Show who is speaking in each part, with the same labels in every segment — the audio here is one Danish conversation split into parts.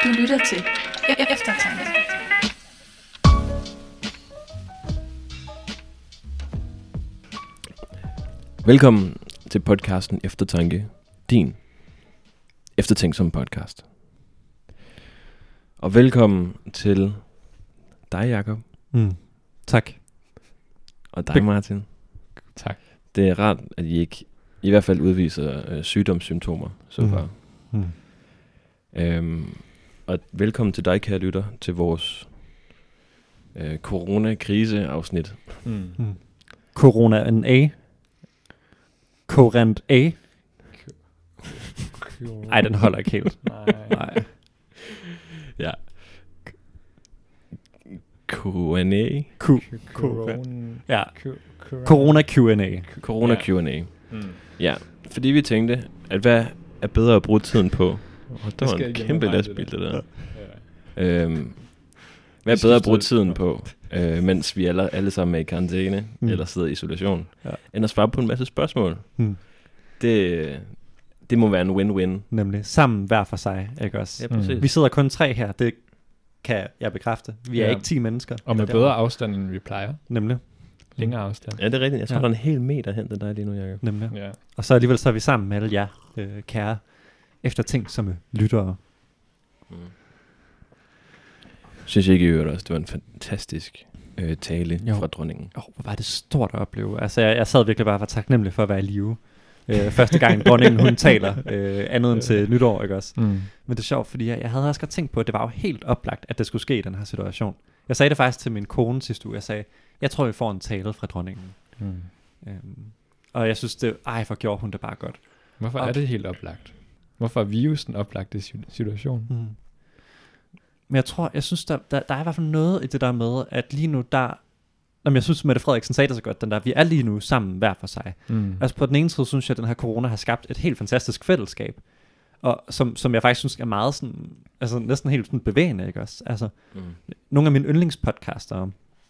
Speaker 1: Du lytter til Eftertanke.
Speaker 2: Velkommen til podcasten Eftertanke, din eftertænksomme podcast. Og velkommen til dig, Jakob.
Speaker 3: Tak.
Speaker 2: Og dig, Martin.
Speaker 4: Tak.
Speaker 2: Det er rart, at I ikke i hvert fald udviser sygdomssymptomer så far. Og velkommen til dig, kære lytter, til vores corona-krise-afsnit.
Speaker 3: Corona en A. Korant A. Ej, den holder ikke helt. Nej.
Speaker 2: Ja. Q&A.
Speaker 3: Ja. Corona Q&A.
Speaker 2: Corona Q&A. Ja, fordi vi tænkte, at hvad er bedre at bruge tiden på? Og der var en kæmpe lastbil, det der. Hvad er bedre at bruge tiden på, mens vi alle sammen er i karantæne, eller sidder i isolation, end at svare på en masse spørgsmål? Det må være en win-win.
Speaker 3: Nemlig. Sammen hver for sig, ikke også?
Speaker 2: Ja, præcis.
Speaker 3: Vi sidder kun 3 her, det kan jeg bekræfte. Vi er ikke 10 mennesker.
Speaker 4: Og med bedre afstand, end vi plejer.
Speaker 3: Nemlig.
Speaker 4: Længere afstand.
Speaker 2: Ja, det er rigtigt. Jeg tror, der er en hel meter hen til dig lige nu, Jacob.
Speaker 3: Nemlig.
Speaker 4: Ja.
Speaker 3: Og så alligevel så er vi sammen med alle jer, kære eftertænksomme lyttere.
Speaker 2: Synes jeg ikke i øvrigt også, det var en fantastisk tale fra dronningen.
Speaker 3: Hvor var det stort at opleve. Altså, jeg sad virkelig bare og var taknemmelig for at være i live. Første gang dronningen, hun taler andet end til nytår, ikke også? Men det er sjovt, fordi jeg havde også godt tænkt på, at det var jo helt oplagt, at det skulle ske i den her situation. Jeg sagde det faktisk til min kone sidste uge. Jeg sagde, jeg tror, vi får en tale fra dronningen. Og jeg synes, hvor gjorde hun det bare godt.
Speaker 4: Hvorfor er det helt oplagt? Hvorfor er virusen oplagt i situationen?
Speaker 3: Men jeg synes, der er i hvert fald noget i det der med, at lige nu jeg synes, Mette Frederiksen sagde det så godt, den der, vi er lige nu sammen hver for sig. Altså på den ene side, synes jeg, at den her corona har skabt et helt fantastisk fællesskab, og som jeg faktisk synes er meget sådan, altså næsten helt sådan bevægende, ikke også? Altså, nogle af mine yndlingspodcaster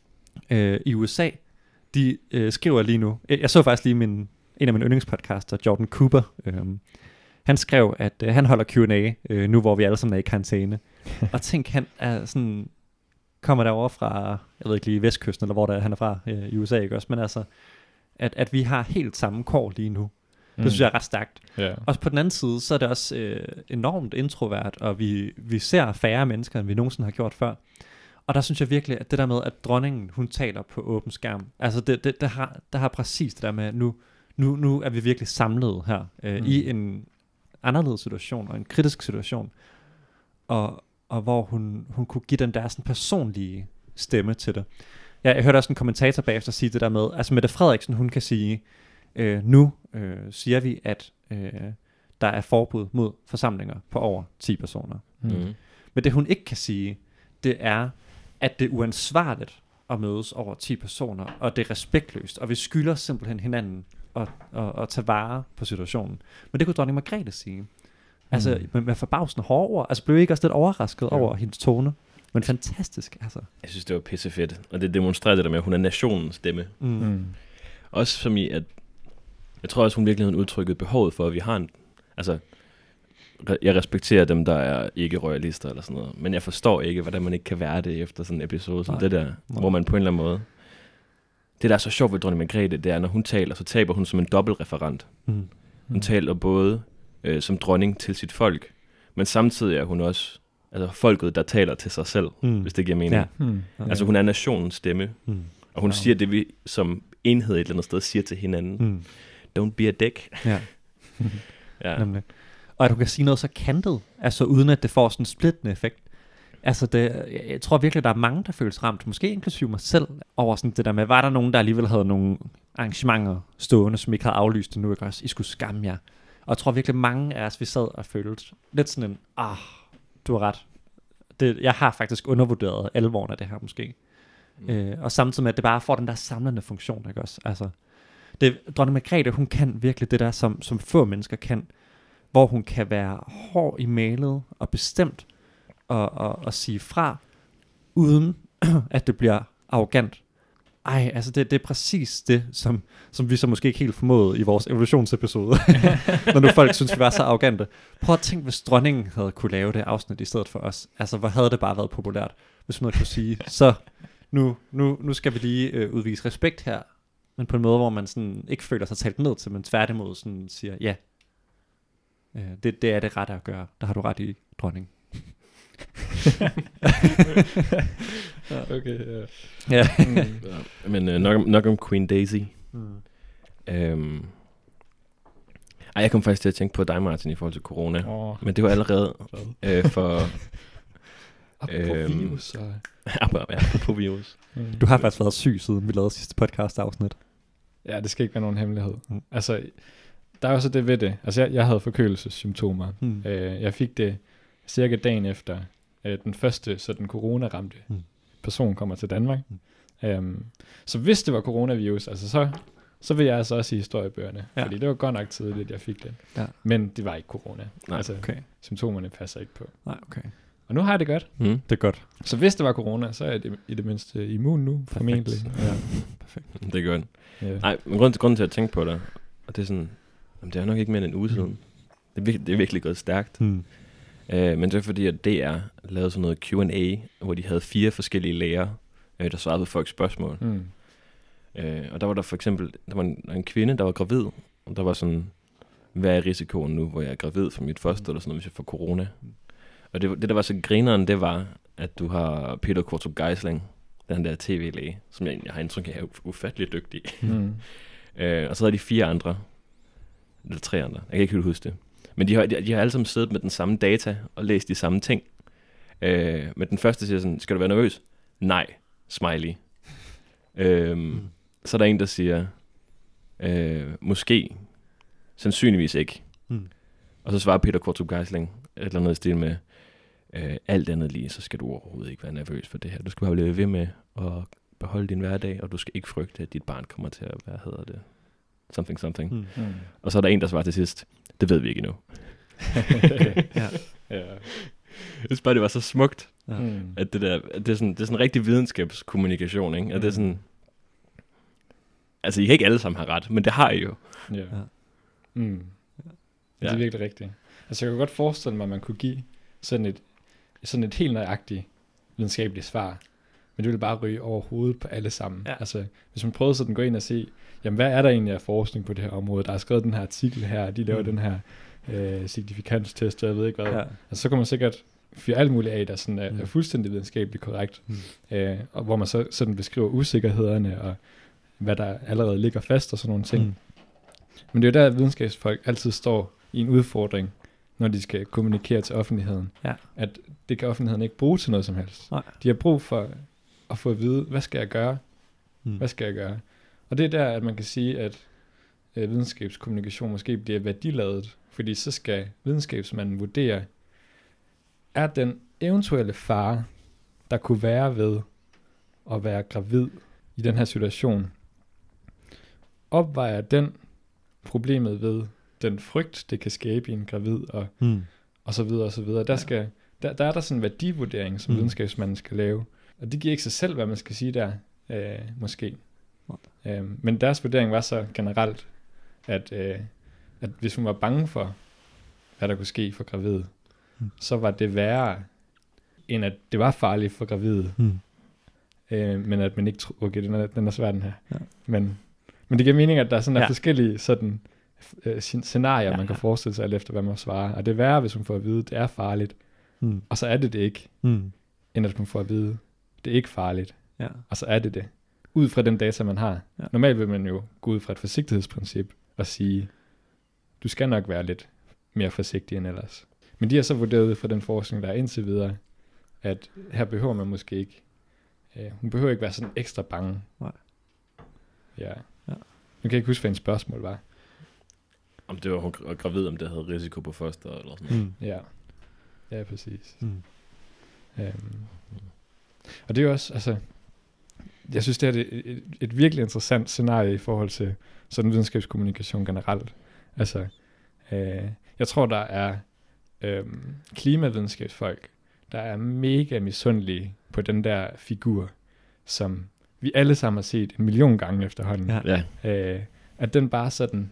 Speaker 3: i USA, de skriver lige nu, jeg så faktisk lige en af mine yndlingspodcaster, Jordan Cooper, han skrev, at han holder Q&A, nu hvor vi alle sammen er i karantæne. Og tænk, han er sådan, kommer derovre fra, jeg ved ikke lige, Vestkysten, eller hvor der han er fra i USA, ikke også? Men altså, at vi har helt samme kår lige nu. Det synes jeg er ret stærkt.
Speaker 4: Yeah.
Speaker 3: Og på den anden side, så er det også enormt introvert, og vi ser færre mennesker, end vi nogensinde har gjort før. Og der synes jeg virkelig, at det der med, at dronningen, hun taler på åben skærm, altså der har præcis det der med, nu er vi virkelig samlet her, i en anderledes situation, og en kritisk situation, og hvor hun kunne give den der sådan personlige stemme til det. Jeg hørte også en kommentator bagefter sige det der med, altså Mette Frederiksen, hun kan sige, nu siger vi, at der er forbud mod forsamlinger på over 10 personer. Men det hun ikke kan sige, det er, at det er uansvarligt at mødes over 10 personer, og det er respektløst, og vi skylder simpelthen hinanden at tage vare på situationen. Men det kunne dronning Margrethe sige. Altså med forbavsende hårde ord. Altså blev I ikke også lidt overrasket over hendes tone? Men fantastisk, altså. Jeg
Speaker 2: synes, det var pissefedt. Og det demonstrerer det der med, at hun er nationens stemme. Også som i, at jeg tror også, hun virkelig har udtrykket behovet for, at vi har en... Altså, jeg respekterer dem, der er ikke royalister eller sådan noget. Men jeg forstår ikke, hvordan man ikke kan være det efter sådan en episode som det der. Hvor man på en eller anden måde... Det, der er så sjovt ved dronning Margrethe, det er, når hun taler, så taber hun som en dobbeltreferent. Hun taler både som dronning til sit folk, men samtidig er hun også folket, der taler til sig selv, hvis det giver mening. Altså hun er nationens stemme, og hun siger det, vi som enhed et eller andet sted siger til hinanden. Don't be a dick.
Speaker 3: Ja. Nemlig. Og at hun kan sige noget så kantet, altså uden at det får sådan en splittende effekt. Altså jeg tror virkelig, der er mange, der føles ramt, måske inklusive mig selv, over sådan det der med, var der nogen, der alligevel havde nogle arrangementer stående, som ikke havde aflyst det nu, ikke også? I skulle skamme jer. Og jeg tror virkelig, mange af os, vi sad og følte lidt sådan en, du har ret. Jeg har faktisk undervurderet alvoren af det her måske. Og samtidig med, at det bare får den der samlende funktion, ikke også? Altså, dronning Margrethe, hun kan virkelig det der, som få mennesker kan, hvor hun kan være hård i mailet og bestemt, og sige fra, uden at det bliver arrogant. Altså det er præcis det, som vi så måske ikke helt formåede i vores evolutionsepisode. Når nu folk synes, vi var så arrogante. Prøv at tænke, hvis dronningen havde kunne lave det afsnit i stedet for os. Altså, hvor havde det bare været populært, hvis hun havde kunne sige, så nu skal vi lige udvise respekt her, men på en måde, hvor man sådan ikke føler sig talt ned til, men tværtimod sådan siger, ja, det er det rette at gøre. Der har du ret i, dronning.
Speaker 4: Okay,
Speaker 3: Ja.
Speaker 2: Men nok om Queen Daisy. Jeg kom faktisk til at tænke på dig, Martin, i forhold til corona. Men det var allerede for...
Speaker 4: Apropos virus.
Speaker 2: Apropos virus.
Speaker 3: Du har faktisk været syg, siden vi lavede sidste podcast-afsnit.
Speaker 4: Ja, det skal ikke være nogen hemmelighed. Altså, der er også det ved det. Altså, jeg havde forkølelsessymptomer. Jeg fik det cirka dagen efter den første sådan corona-ramte person kommer til Danmark. Så hvis det var coronavirus, altså så vil jeg altså også i historiebøgerne. Ja. Fordi det var godt nok tidligt, jeg fik det. Ja. Men det var ikke corona.
Speaker 2: Nej,
Speaker 4: altså, symptomerne passer ikke på.
Speaker 3: Nej, okay.
Speaker 4: Og nu har jeg det godt.
Speaker 3: Det er godt.
Speaker 4: Så hvis det var corona, så er jeg i det mindste immun nu, formentlig. Ja.
Speaker 2: Perfekt. Det er godt. Yeah. Nej, men grunden til at tænke på det, og det er sådan, det er nok ikke mere end en uge siden. Det er virkelig gået stærkt. Men det er fordi, at DR lavede sådan noget Q&A, hvor de havde 4 forskellige læger, der svarede på folks spørgsmål. Og der var der for eksempel, der var en kvinde, der var gravid, og der var sådan, hvad er risikoen nu, hvor jeg er gravid for mit foster, eller sådan noget, hvis jeg får corona. Og det der var så grineren, det var, at du har Peter Qvortrup Geisling, den der tv-læge, som jeg har indtryk af er ufattelig dygtig. Og så er de 4 andre, eller 3 andre, jeg kan ikke helt huske det. Men de har alle sammen siddet med den samme data og læst de samme ting. Men den første siger sådan, skal du være nervøs? Nej, smiley. Så er der en, der siger, måske, sandsynligvis ikke. Og så svarer Peter Qvortrup Geisling et eller andet i stil med, alt andet lige, så skal du overhovedet ikke være nervøs for det her. Du skal bare blive ved med at beholde din hverdag, og du skal ikke frygte, at dit barn kommer til at være, something. Og så er der en, der svarer til sidst, det ved vi ikke endnu.
Speaker 3: Ja.
Speaker 2: Jeg synes bare, det var så smukt, at det er sådan rigtig videnskabskommunikation, ikke? At det er sådan, altså I kan ikke alle sammen have ret, men det har I jo.
Speaker 4: Ja. Det er virkelig rigtigt. Altså jeg kan godt forestille mig, at man kunne give sådan et helt nøjagtigt videnskabeligt svar, men det ville bare ryge over hovedet på alle sammen. Ja. Altså hvis man prøvede sådan at gå ind og se, jamen hvad er der egentlig af forskning på det her område? Der er skrevet den her artikel her, de laver den her signifikanstest, og jeg ved ikke hvad. Ja. Altså så kan man sikkert fyre alt muligt af, der sådan er fuldstændig videnskabeligt korrekt, og hvor man så sådan beskriver usikkerhederne, og hvad der allerede ligger fast, og sådan nogle ting. Men det er jo der, videnskabsfolk altid står i en udfordring, når de skal kommunikere til offentligheden. Ja. At det kan offentligheden ikke bruge til noget som helst. Nej. De har brug for at få at vide, hvad skal jeg gøre? Hvad skal jeg gøre? Og det er der, at man kan sige, at videnskabskommunikation måske bliver værdiladet, fordi så skal videnskabsmanden vurdere, er den eventuelle fare, der kunne være ved at være gravid i den her situation, opvejer den problemet ved den frygt, det kan skabe i en gravid, og så videre, og så videre. Der er der sådan en værdivurdering, som videnskabsmanden skal lave. Og det giver ikke sig selv, hvad man skal sige der, måske. Men deres vurdering var så generelt, at hvis hun var bange for, hvad der kunne ske for gravide, så var det værre, end at det var farligt for gravide. Men at man ikke tror, okay, den er svær den her. Ja. Men det giver mening, at der er sådan forskellige sådan scenarier, man kan forestille sig alt efter, hvad man svarer. Og det er værre, hvis hun får at vide, det er farligt, og så er det ikke, end at hun får at vide, det er ikke farligt, og så er det. Ud fra den data, man har. Ja. Normalt vil man jo gå ud fra et forsigtighedsprincip og sige, du skal nok være lidt mere forsigtig end ellers. Men de har så vurderet ud fra den forskning, der er indtil videre, at her behøver man måske ikke, hun behøver ikke være sådan ekstra bange. Nej. Ja. Nu kan jeg ikke huske, hvad en spørgsmål var.
Speaker 2: Om det var hun gravid, om det havde risiko på foster eller sådan noget.
Speaker 4: Ja, præcis. Og det er jo også, altså, jeg synes, det er et virkelig interessant scenarie i forhold til sådan videnskabskommunikation generelt. Altså, jeg tror, der er klimavidenskabsfolk, der er mega misundelige på den der figur, som vi alle sammen har set 1 million gange efterhånden.
Speaker 2: Ja.
Speaker 4: At den bare sådan,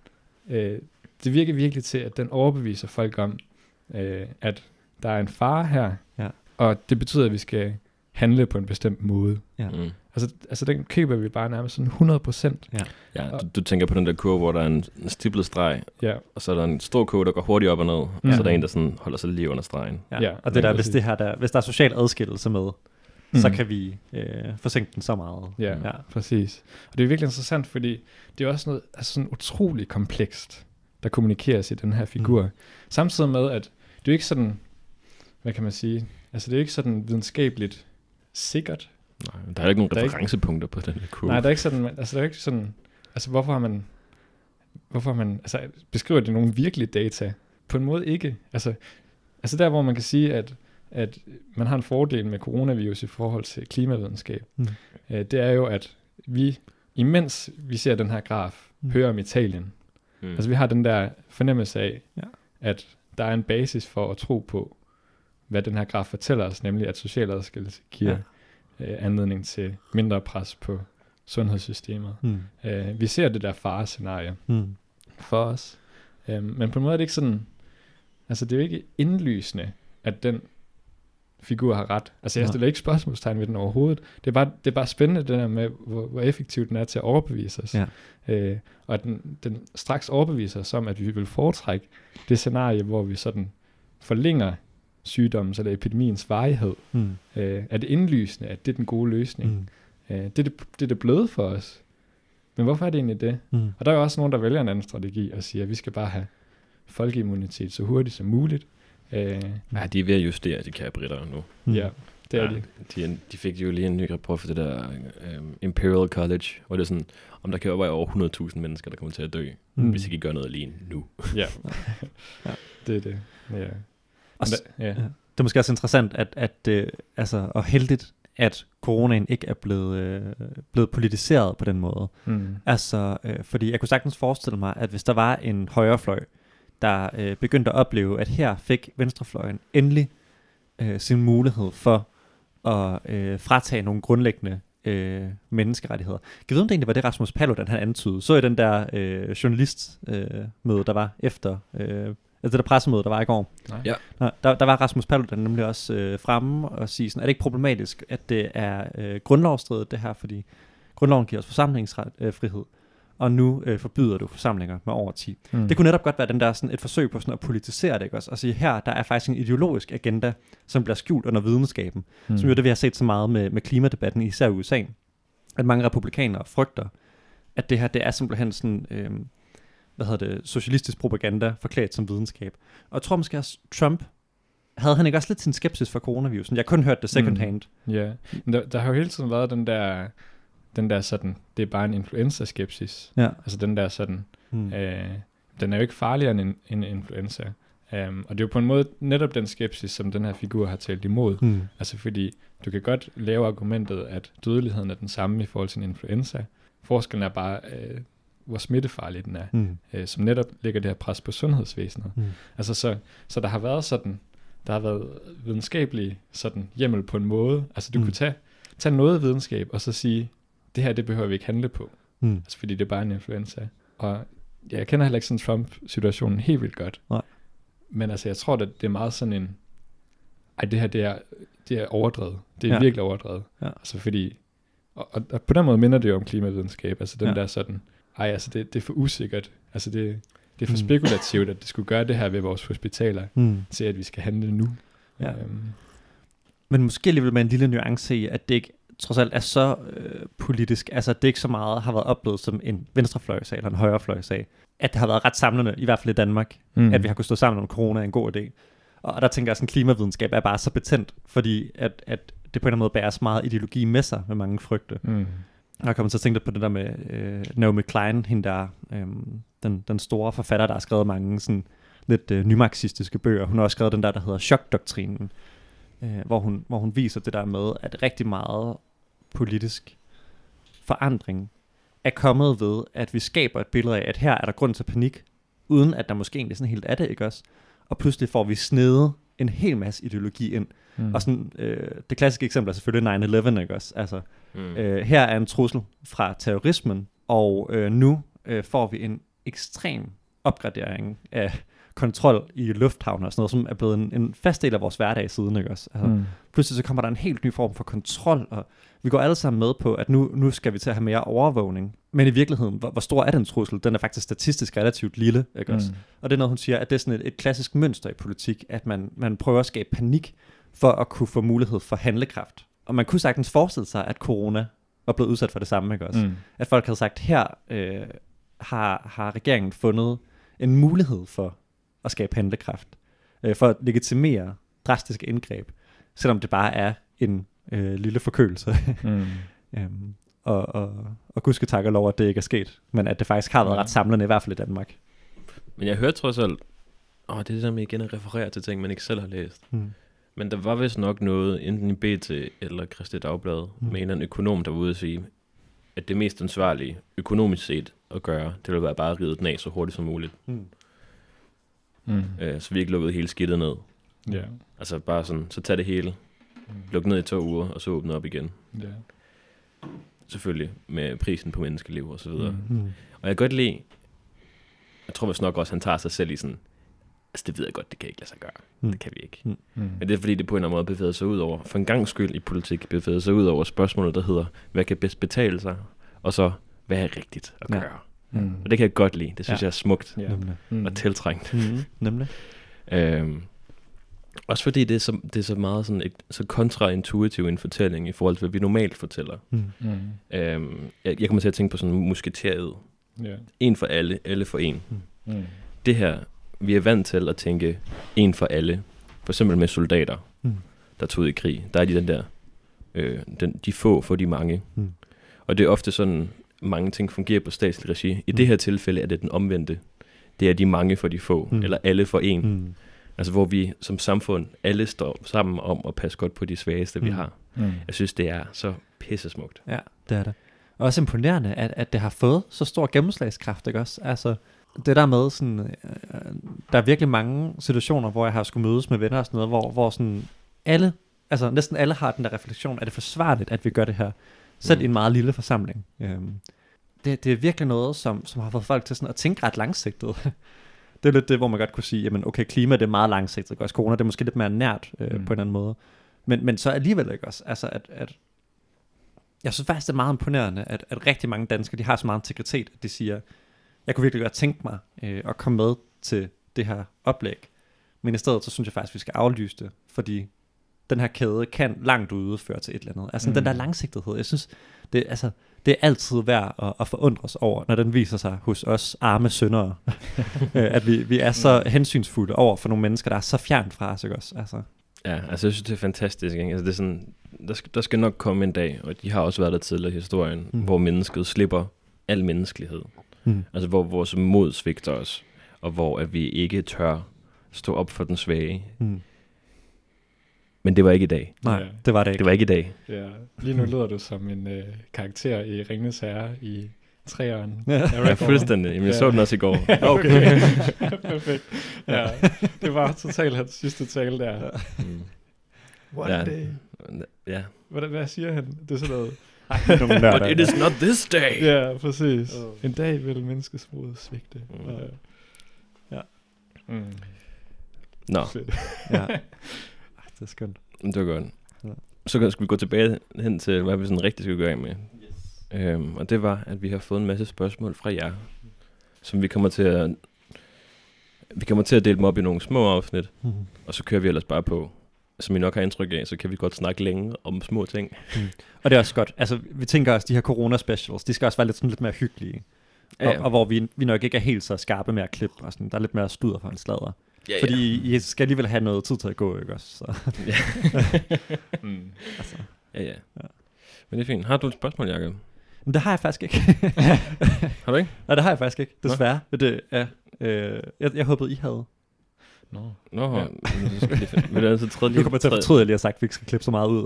Speaker 4: det virker virkelig til, at den overbeviser folk om, at der er en fare her, og det betyder, at vi skal handle på en bestemt måde.
Speaker 3: Ja.
Speaker 4: Altså den køber vi bare nærmest sådan 100%.
Speaker 2: Ja, du tænker på den der kurve, hvor der er en stiplet streg, og så er der en stor kurve, der går hurtigt op og ned, og så er der en, der sådan holder sig lige under stregen.
Speaker 3: Ja. Og det der, hvis der er social adskillelse med, så kan vi forsænke den så meget.
Speaker 4: Ja, præcis. Og det er virkelig interessant, fordi det er også noget sådan utroligt komplekst, der kommunikeres i den her figur. Samtidig med, at det er ikke sådan, hvad kan man sige, altså det er ikke sådan videnskabeligt sikkert.
Speaker 2: Nej, der er ikke nogen referencepunkter på den her kurve.
Speaker 4: Nej, der er ikke sådan, hvorfor har man, beskriver det nogle virkelige data? På en måde ikke. Altså der, hvor man kan sige, at man har en fordel med coronavirus i forhold til klimavidenskab, det er jo, at vi, imens vi ser den her graf, hører om Italien. Altså vi har den der fornemmelse af, at der er en basis for at tro på, hvad den her graf fortæller os, nemlig at social adskillelse giver anledning til mindre pres på sundhedssystemet. Vi ser det der farescenarie for os. Men på en måde er det ikke sådan, altså det er jo ikke indlysende, at den figur har ret. Altså jeg stiller ikke spørgsmålstegn ved den overhovedet. Det er bare spændende det der med, hvor effektiv den er til at overbevise os. Og at den straks overbeviser os om, at vi vil foretrække det scenarie, hvor vi sådan forlænger sygdommens eller epidemiens varighed. Er det indlysende, at det er den gode løsning? Det er det bløde for os. Men hvorfor er det egentlig det? Og der er jo også nogen, der vælger en anden strategi og siger, at vi skal bare have folkeimmunitet så hurtigt som muligt.
Speaker 2: Ja, de er ved at justere de kære britter nu.
Speaker 4: Ja, det er de.
Speaker 2: De fik jo lige en ny rapport for det der Imperial College, hvor det er sådan, om der kan være over 100.000 mennesker, der kommer til at dø, hvis ikke gør noget lige nu.
Speaker 4: Ja, det er det. Ja.
Speaker 3: Det er måske også interessant, og heldigt, at coronaen ikke er blevet politiseret på den måde. Fordi jeg kunne sagtens forestille mig, at hvis der var en højrefløj, der begyndte at opleve, at her fik venstrefløjen endelig sin mulighed for at fratage nogle grundlæggende menneskerettigheder. Kan vide, om det egentlig var det, Rasmus Paludan han antydede? Så i den der journalistmøde, der var efter... Altså det der pressemøde, der var i går.
Speaker 2: Ja.
Speaker 3: Der var Rasmus Paludan nemlig også fremme og sige sådan, er det ikke problematisk, at det er grundlovsstridigt det her, fordi grundloven giver os forsamlingsfrihed, og nu forbyder du forsamlinger med over 10. Det kunne netop godt være den der sådan et forsøg på sådan at politisere det, ikke også? Og sige, her der er faktisk en ideologisk agenda, som bliver skjult under videnskaben, som jo det vi har set så meget med klimadebatten, især i USA, at mange republikanere frygter, at det her det er simpelthen sådan socialistisk propaganda forklædt som videnskab. Og jeg tror måske også, Trump, havde han ikke også lidt sin skepsis for coronavirusen? Jeg har kun hørt det second hand.
Speaker 4: Ja, der har jo hele tiden været den der sådan, det er bare en influenza-skepsis.
Speaker 3: Ja.
Speaker 4: Altså den der sådan, den er jo ikke farligere end en influenza. Og det er jo på en måde netop den skepsis, som den her figur har talt imod. Altså fordi, du kan godt lave argumentet, at dødeligheden er den samme i forhold til en influenza. Forskellen er bare... hvor smittefarlig den er, som netop lægger det her pres på sundhedsvæsenet. Altså så der har været sådan, der har været videnskabelig sådan hjemmel på en måde. Altså du kunne tage noget videnskab og så sige, det her det behøver vi ikke handle på. Altså fordi det er bare en influenza. Og jeg kender heller ikke sådan Trump-situationen helt vildt godt.
Speaker 3: Nej.
Speaker 4: Men altså jeg tror, at det er meget sådan en, det her det er overdrevet. Det er virkelig overdrevet. Ja. Altså fordi, og på den måde minder det jo om klimavidenskab. Altså den der sådan, altså det er for usikkert. Altså det er for spekulativt, at det skulle gøre det her ved vores hospitaler, til at vi skal handle nu.
Speaker 3: Ja. Men måske alligevel med en lille nuance i, at det ikke trods alt er så politisk, altså at det ikke så meget har været oplevet som en venstrefløjsag eller en højrefløjsag, at det har været ret samlende, i hvert fald i Danmark, at vi har kunnet stå sammen om corona er en god idé. Og der tænker jeg sådan, klimavidenskab er bare så betændt, fordi at det på en eller anden måde bæres meget ideologi med sig, med mange frygte. Jeg kommer til at tænke på det der med Naomi Klein, hende der, den store forfatter, der har skrevet mange sådan lidt nymarxistiske bøger. Hun har også skrevet den der hedder Chokdoktrinen, hvor hun viser det der med, at rigtig meget politisk forandring er kommet ved, at vi skaber et billede af, at her er der grund til panik, uden at der måske egentlig sådan helt er det, ikke også? Og pludselig får vi snedet en hel masse ideologi ind. Og sådan, det klassiske eksempel er selvfølgelig 9/11, ikke også? Altså, Her er en trussel fra terrorismen, og nu får vi en ekstrem opgradering af kontrol i lufthavne og sådan noget, som er blevet en fast del af vores hverdag siden, ikke også? Altså, pludselig så kommer der en helt ny form for kontrol, og vi går alle sammen med på, at nu skal vi til at have mere overvågning. Men i virkeligheden, hvor stor er den trussel? Den er faktisk statistisk relativt lille, ikke også? Og det er noget, hun siger, at det er sådan et klassisk mønster i politik, at man prøver at skabe panik for at kunne få mulighed for handlekraft. Og man kunne sagtens forestille sig, at corona var blevet udsat for det samme, ikke også? At folk havde sagt, her har regeringen fundet en mulighed for at skabe handlekraft, for at legitimere drastiske indgreb, selvom det bare er en lille forkølelse. Og gudske tak og lov, at det ikke er sket, men at det faktisk har været ret samlende, i hvert fald i Danmark.
Speaker 2: Men jeg hørte trods alt, det er det der med igen at referere til ting, man ikke selv har læst. Men der var vist nok noget, enten i BT eller Kristi Dagblad, med en eller anden økonom, der var ude at sige, at det mest ansvarlige, økonomisk set, at gøre, det ville være bare at ride den af så hurtigt som muligt. Så vi ikke lukkede hele skidtet ned.
Speaker 4: Yeah.
Speaker 2: Altså bare sådan, så tag det hele, luk ned i 2 uger, og så åbne op igen.
Speaker 4: Yeah.
Speaker 2: Selvfølgelig med prisen på menneskeliv og så videre. Og jeg kan godt lide, jeg tror vist nok også, han tager sig selv i sådan, altså det ved jeg godt, det kan ikke lade sig gøre. Det kan vi ikke. Men det er fordi, det på en eller anden måde bevæger sig ud over, for en gang skyld i politik, bevæger sig ud over spørgsmålet, der hedder, hvad kan bedst betale sig, og så, hvad er rigtigt at gøre. Og det kan jeg godt lide. Det synes jeg er smukt og tiltrængt.
Speaker 3: Nemlig.
Speaker 2: Også fordi det er så meget sådan så kontraintuitiv en fortælling i forhold til, hvad vi normalt fortæller. Jeg kommer til at tænke på sådan en musketeriet. En for alle, alle for en. Det her, vi er vant til at tænke en for alle. For eksempel med soldater, der tog ud i krig. Der er de den der, de få for de mange. Og det er ofte sådan, mange ting fungerer på statslig regi. I det her tilfælde er det den omvendte. Det er de mange for de få, eller alle for en. Altså hvor vi som samfund, alle står sammen om at passe godt på de svageste, vi har. Jeg synes, det er så pissesmukt.
Speaker 3: Ja, det er det. Og også imponerende, at det har fået så stor gennemslagskraft, ikke også? Altså, det der med sådan, der er virkelig mange situationer, hvor jeg har skulle mødes med venner og sådan noget, hvor sådan alle, altså næsten alle har den der refleksion, er det forsvarligt, at vi gør det her? Selv i en meget lille forsamling. Det er virkelig noget, som har fået folk til sådan at tænke ret langsigtet. Det er lidt det, hvor man godt kunne sige, jamen okay, klima det er meget langsigtet, også corona det er måske lidt mere nært på en anden måde. Men så alligevel ikke også, altså at jeg synes faktisk, det er meget imponerende, at rigtig mange danskere, de har så meget integritet, at de siger, jeg kunne virkelig godt tænke mig at komme med til det her oplæg, men i stedet så synes jeg faktisk, vi skal aflyse det, fordi den her kæde kan langt ude føre til et eller andet. Altså den der langsigtethed, jeg synes, det er altid værd at forundres over, når den viser sig hos os arme syndere. At vi er så hensynsfulde over for nogle mennesker, der er så fjernt fra os, ikke også? Altså.
Speaker 2: Ja, altså jeg synes, det er fantastisk. Ikke? Altså, det er sådan, der skal nok komme en dag, og de har også været der tidligere i historien, hvor mennesket slipper al menneskelighed. Altså hvor vores mod svigter os, og hvor at vi ikke tør stå op for den svage. Men det var ikke i dag.
Speaker 3: Nej, det var det ikke.
Speaker 2: Det var ikke i dag.
Speaker 4: Ja, lige nu lyder du som en karakter i Ringenes Herre i 3'eren.
Speaker 2: Ja, fuldstændig. Jamen, jeg så den også i går.
Speaker 4: Okay. Perfekt. Ja, det var totalt hans sidste tale der. One day.
Speaker 2: Ja.
Speaker 4: Hvad siger han? Det er sådan noget.
Speaker 2: But it is not this day.
Speaker 4: Ja, præcis. En dag vil menneskets mod svigte. Ja.
Speaker 2: Nå.
Speaker 3: Ja. Det er skønt.
Speaker 2: Det var godt. Så skal vi gå tilbage hen til, hvad vi sådan rigtig skal gøre med. Og det var, at vi har fået en masse spørgsmål fra jer, som vi kommer til at dele dem op i nogle små afsnit, og så kører vi ellers bare på. Som I nok har indtryk af, så kan vi godt snakke længe om små ting.
Speaker 3: Og det er også godt. Altså, vi tænker også, de her corona-specials, de skal også være lidt mere hyggelige. Og hvor vi nok ikke er helt så skarpe med at klippe, og sådan, der er lidt mere sludder for en sladder. Ja, fordi I skal alligevel have noget tid til at gå, ikke også? Så.
Speaker 2: Ja.
Speaker 3: Altså.
Speaker 2: Ja. Men det er fint. Har du et spørgsmål, Jacob?
Speaker 3: Men det har jeg faktisk ikke.
Speaker 2: Har du ikke?
Speaker 3: Nej, det har jeg faktisk ikke, desværre. Det, jeg håbede, I havde.
Speaker 2: Nå, ja. Nu
Speaker 3: kommer jeg til at fortryde, at jeg lige har sagt, at vi ikke skal klippe så meget ud.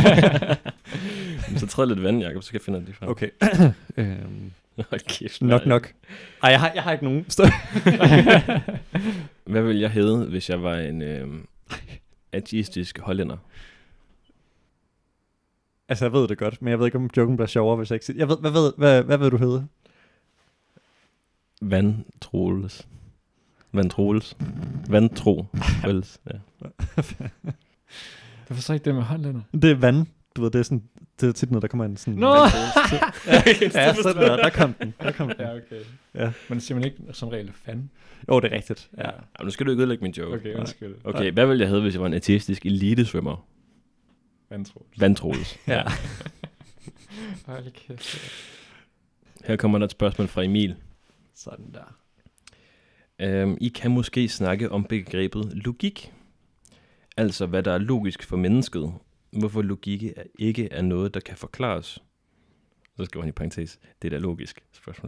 Speaker 2: Så træd lidt vand, Jacob, så skal jeg finde det frem.
Speaker 3: Okay.
Speaker 2: Kæft,
Speaker 3: nok. Ej, jeg har ikke nogen.
Speaker 2: Hvad ville jeg hedde, hvis jeg var en ateistisk hollænder?
Speaker 3: Altså, jeg ved det godt, men jeg ved ikke, om joken bliver sjovere, hvis jeg ikke siger. Jeg ved, hvad vil du hedde?
Speaker 2: Vandtroels. Ja.
Speaker 4: Jeg forstår ikke det med hollænder.
Speaker 3: Det er vand. Du ved, det er sådan, det er tit noget, der kommer ind sådan.
Speaker 4: Nå!
Speaker 3: Ja, så der kom den.
Speaker 4: Ja, okay.
Speaker 3: Ja.
Speaker 4: Men siger man ikke som regel fan?
Speaker 3: Jo, det er rigtigt. Ja.
Speaker 2: Nu skal du ikke ødelægge min joke.
Speaker 4: Okay, undskyld.
Speaker 2: Okay, hvad ville jeg hedde, hvis jeg var en ateistisk elitesvømmer? Vandtroels.
Speaker 3: Ja.
Speaker 4: Hold kæft.
Speaker 2: Her kommer der et spørgsmål fra Emil.
Speaker 3: Sådan der.
Speaker 2: I kan måske snakke om begrebet logik. Altså, hvad der er logisk for mennesket. Hvorfor logik ikke er noget, der kan forklares. Så skriver han i parentes, det er da logisk. Spørgsmål.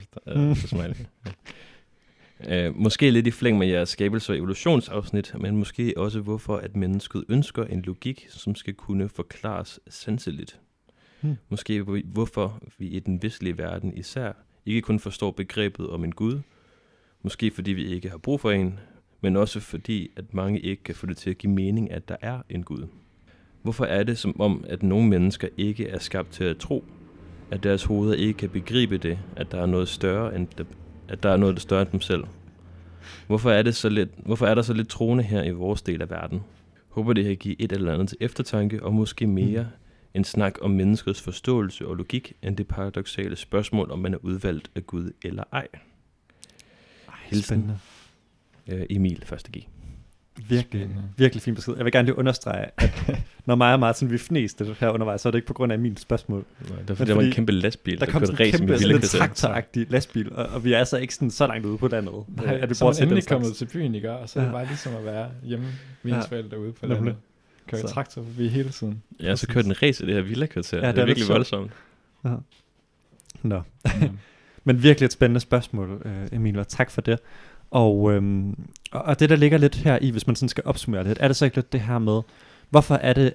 Speaker 2: Måske lidt i flæng med jeres skabelse- og evolutionsafsnit, men måske også hvorfor, at mennesket ønsker en logik, som skal kunne forklares sanseligt. Måske hvorfor vi i den vestlige verden især ikke kun forstår begrebet om en Gud. Måske fordi vi ikke har brug for en, men også fordi, at mange ikke kan få det til at give mening, at der er en Gud. Hvorfor er det som om, at nogle mennesker ikke er skabt til at tro, at deres hoveder ikke kan begribe det, at der er noget større end dem selv? Hvorfor er der så lidt troende her i vores del af verden? Håber det kan give et eller andet til eftertanke, og måske mere en snak om menneskets forståelse og logik, end det paradoksale spørgsmål, om man er udvalgt af Gud eller ej. Hilsen, Emil 1.G.
Speaker 3: Virkelig fin besked. Jeg vil gerne lige understrege, at når mig og Martin vi fniste her undervejs, så er det ikke på grund af Emils spørgsmål.
Speaker 2: Nej, det var en kæmpe lastbil,
Speaker 3: der kom sådan en kæmpe traktoragtig lastbil, og vi er så ikke så langt ude på landet.
Speaker 4: Nej, at vi så endelig kommet til byen, ikke? Og så er det bare ligesom at være hjemme ved ens forældre derude på landet. Kører traktor forbi hele tiden.
Speaker 2: Ja, så kører den race i det her villakvarter. Ja, det er virkelig voldsomt.
Speaker 3: Ja. Nå. Men virkelig et spændende spørgsmål, Emil, og tak for det. Og det, der ligger lidt her i, hvis man sådan skal opsummere lidt, er det så ikke lidt det her med, hvorfor er det,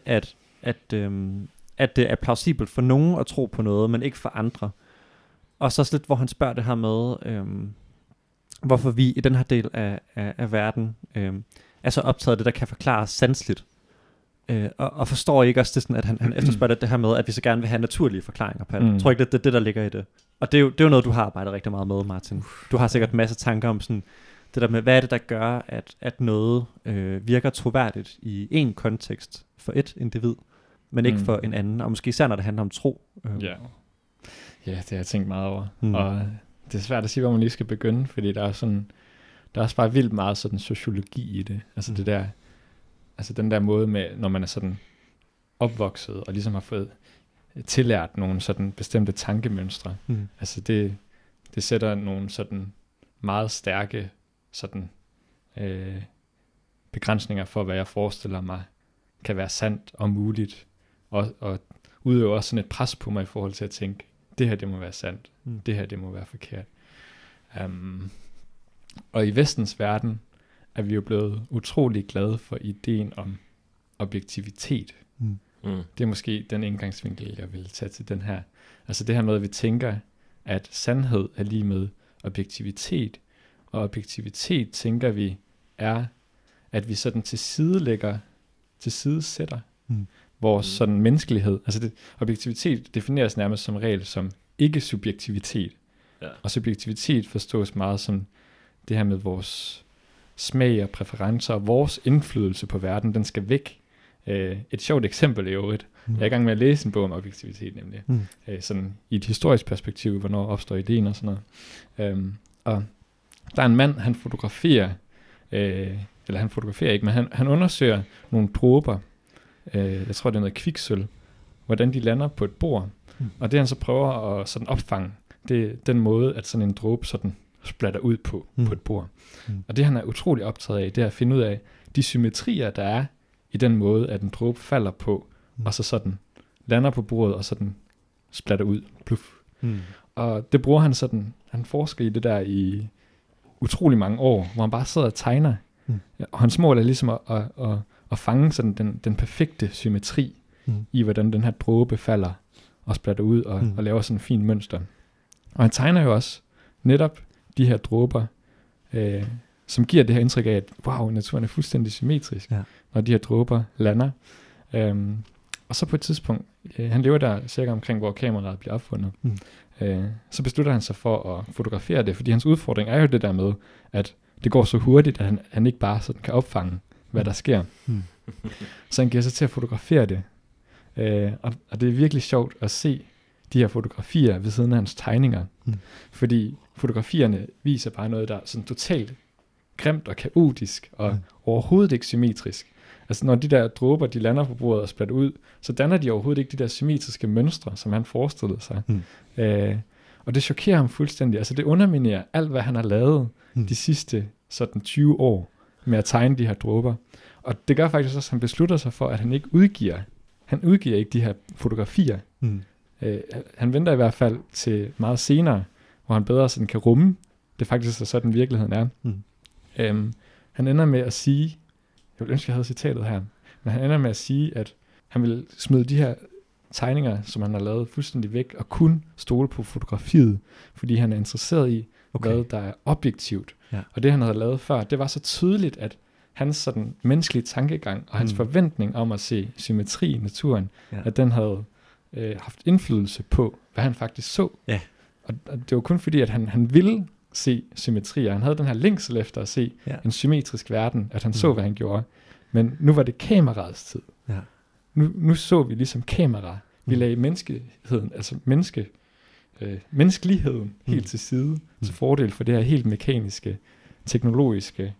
Speaker 3: at det er plausibelt for nogen at tro på noget, men ikke for andre? Og så lidt, hvor han spørger det her med, hvorfor vi i den her del af verden er så optaget af det, der kan forklares sanseligt. Og forstår ikke også det sådan, at han efterspørger det her med, at vi så gerne vil have naturlige forklaringer på det. Jeg tror ikke, det er det, der ligger i det. Og det er jo noget, du har arbejdet rigtig meget med, Martin. Du har sikkert en masse tanker om sådan, det der med, hvad er det, der gør, at noget virker troværdigt i en kontekst for et individ, men ikke for en anden. Og måske især, når det handler om tro.
Speaker 4: Ja, det har jeg tænkt meget over. Og det er svært at sige, hvor man lige skal begynde, fordi der er også bare vildt meget sådan sociologi i det. Altså det der, altså den der måde med, når man er sådan opvokset og ligesom har fået tillært nogle sådan bestemte tankemønstre. Altså det sætter nogle sådan meget stærke sådan begrænsninger for, hvad jeg forestiller mig kan være sandt og muligt, og udøver også sådan et pres på mig i forhold til at tænke, det her det må være sandt, det her det må være forkert. Og i vestens verden er vi jo blevet utrolig glade for ideen om objektivitet. Det er måske den indgangsvinkel, jeg vil tage til den her. Altså det her med, at vi tænker, at sandhed er lige med objektivitet, og objektivitet tænker vi er, at vi sådan tilsidesætter vores sådan menneskelighed. Altså objektivitet defineres nærmest som regel som ikke-subjektivitet. Ja. Og subjektivitet forstås meget som det her med vores smag og præferencer, og vores indflydelse på verden, den skal væk. Et sjovt eksempel i øvrigt. Jeg er i gang med at læse en bog om objektivitet, nemlig. Sådan i et historisk perspektiv, hvornår opstår ideen og sådan noget. Og der er en mand, han fotograferer ikke, men han undersøger nogle dråber, jeg tror det er noget kviksølv, hvordan de lander på et bord. Og det han så prøver at sådan opfange, det er den måde, at sådan en dråbe sådan splatter ud på et bord. Og det han er utrolig optaget af, det er at finde ud af de symmetrier, der er i den måde, at en dråbe falder på, og så sådan lander på bordet, og sådan splatter ud. Pluff. Og det bruger han sådan, han forsker i det der i utrolig mange år, hvor han bare sidder og tegner. Og hans mål er ligesom at fange sådan den perfekte symmetri i, hvordan den her dråbe falder og splatter ud og laver sådan en fin mønster. Og han tegner jo også netop de her dråber, som giver det her indtryk af, at wow, naturen er fuldstændig symmetrisk, når de her dråber lander. Og så på et tidspunkt, han lever der cirka omkring, hvor kameraet bliver opfundet, så beslutter han sig for at fotografere det, fordi hans udfordring er jo det der med, at det går så hurtigt, at han ikke bare sådan kan opfange, hvad der sker. Så han giver sig til at fotografere det. Og det er virkelig sjovt at se de her fotografier ved siden af hans tegninger. Fordi fotografierne viser bare noget, der er sådan totalt grimt og kaotisk, og overhovedet ikke symmetrisk. Altså når de der dråber, de lander på bordet og splatter ud, så danner de overhovedet ikke de der symmetriske mønstre, som han forestillede sig. Og det chokerer ham fuldstændig. Altså det underminerer alt, hvad han har lavet de sidste sådan 20 år med at tegne de her dråber. Og det gør faktisk også, at han beslutter sig for, at han ikke udgiver. Han udgiver ikke de her fotografier. Han venter i hvert fald til meget senere, hvor han bedre sådan kan rumme. Det faktisk er sådan virkeligheden er. Han ender med at sige, jeg vil ønske, jeg havde citatet her, men han ender med at sige, at han vil smide de her tegninger, som han har lavet, fuldstændig væk, og kun stole på fotografiet, fordi han er interesseret i, hvad der er objektivt. Ja. Og det, han havde lavet før, det var så tydeligt, at hans sådan menneskelige tankegang, og hans forventning om at se symmetri i naturen, at den havde haft indflydelse på, hvad han faktisk så. Ja. Og det var kun fordi, at han ville se symmetrier. Han havde den her længsel efter at se en symmetrisk verden, at han så, hvad han gjorde. Men nu var det kameraets tid. Ja. Nu så vi ligesom kamera. Vi lagde menneskeligheden, altså menneskeligheden helt til side, til fordel for det her helt mekaniske, teknologiske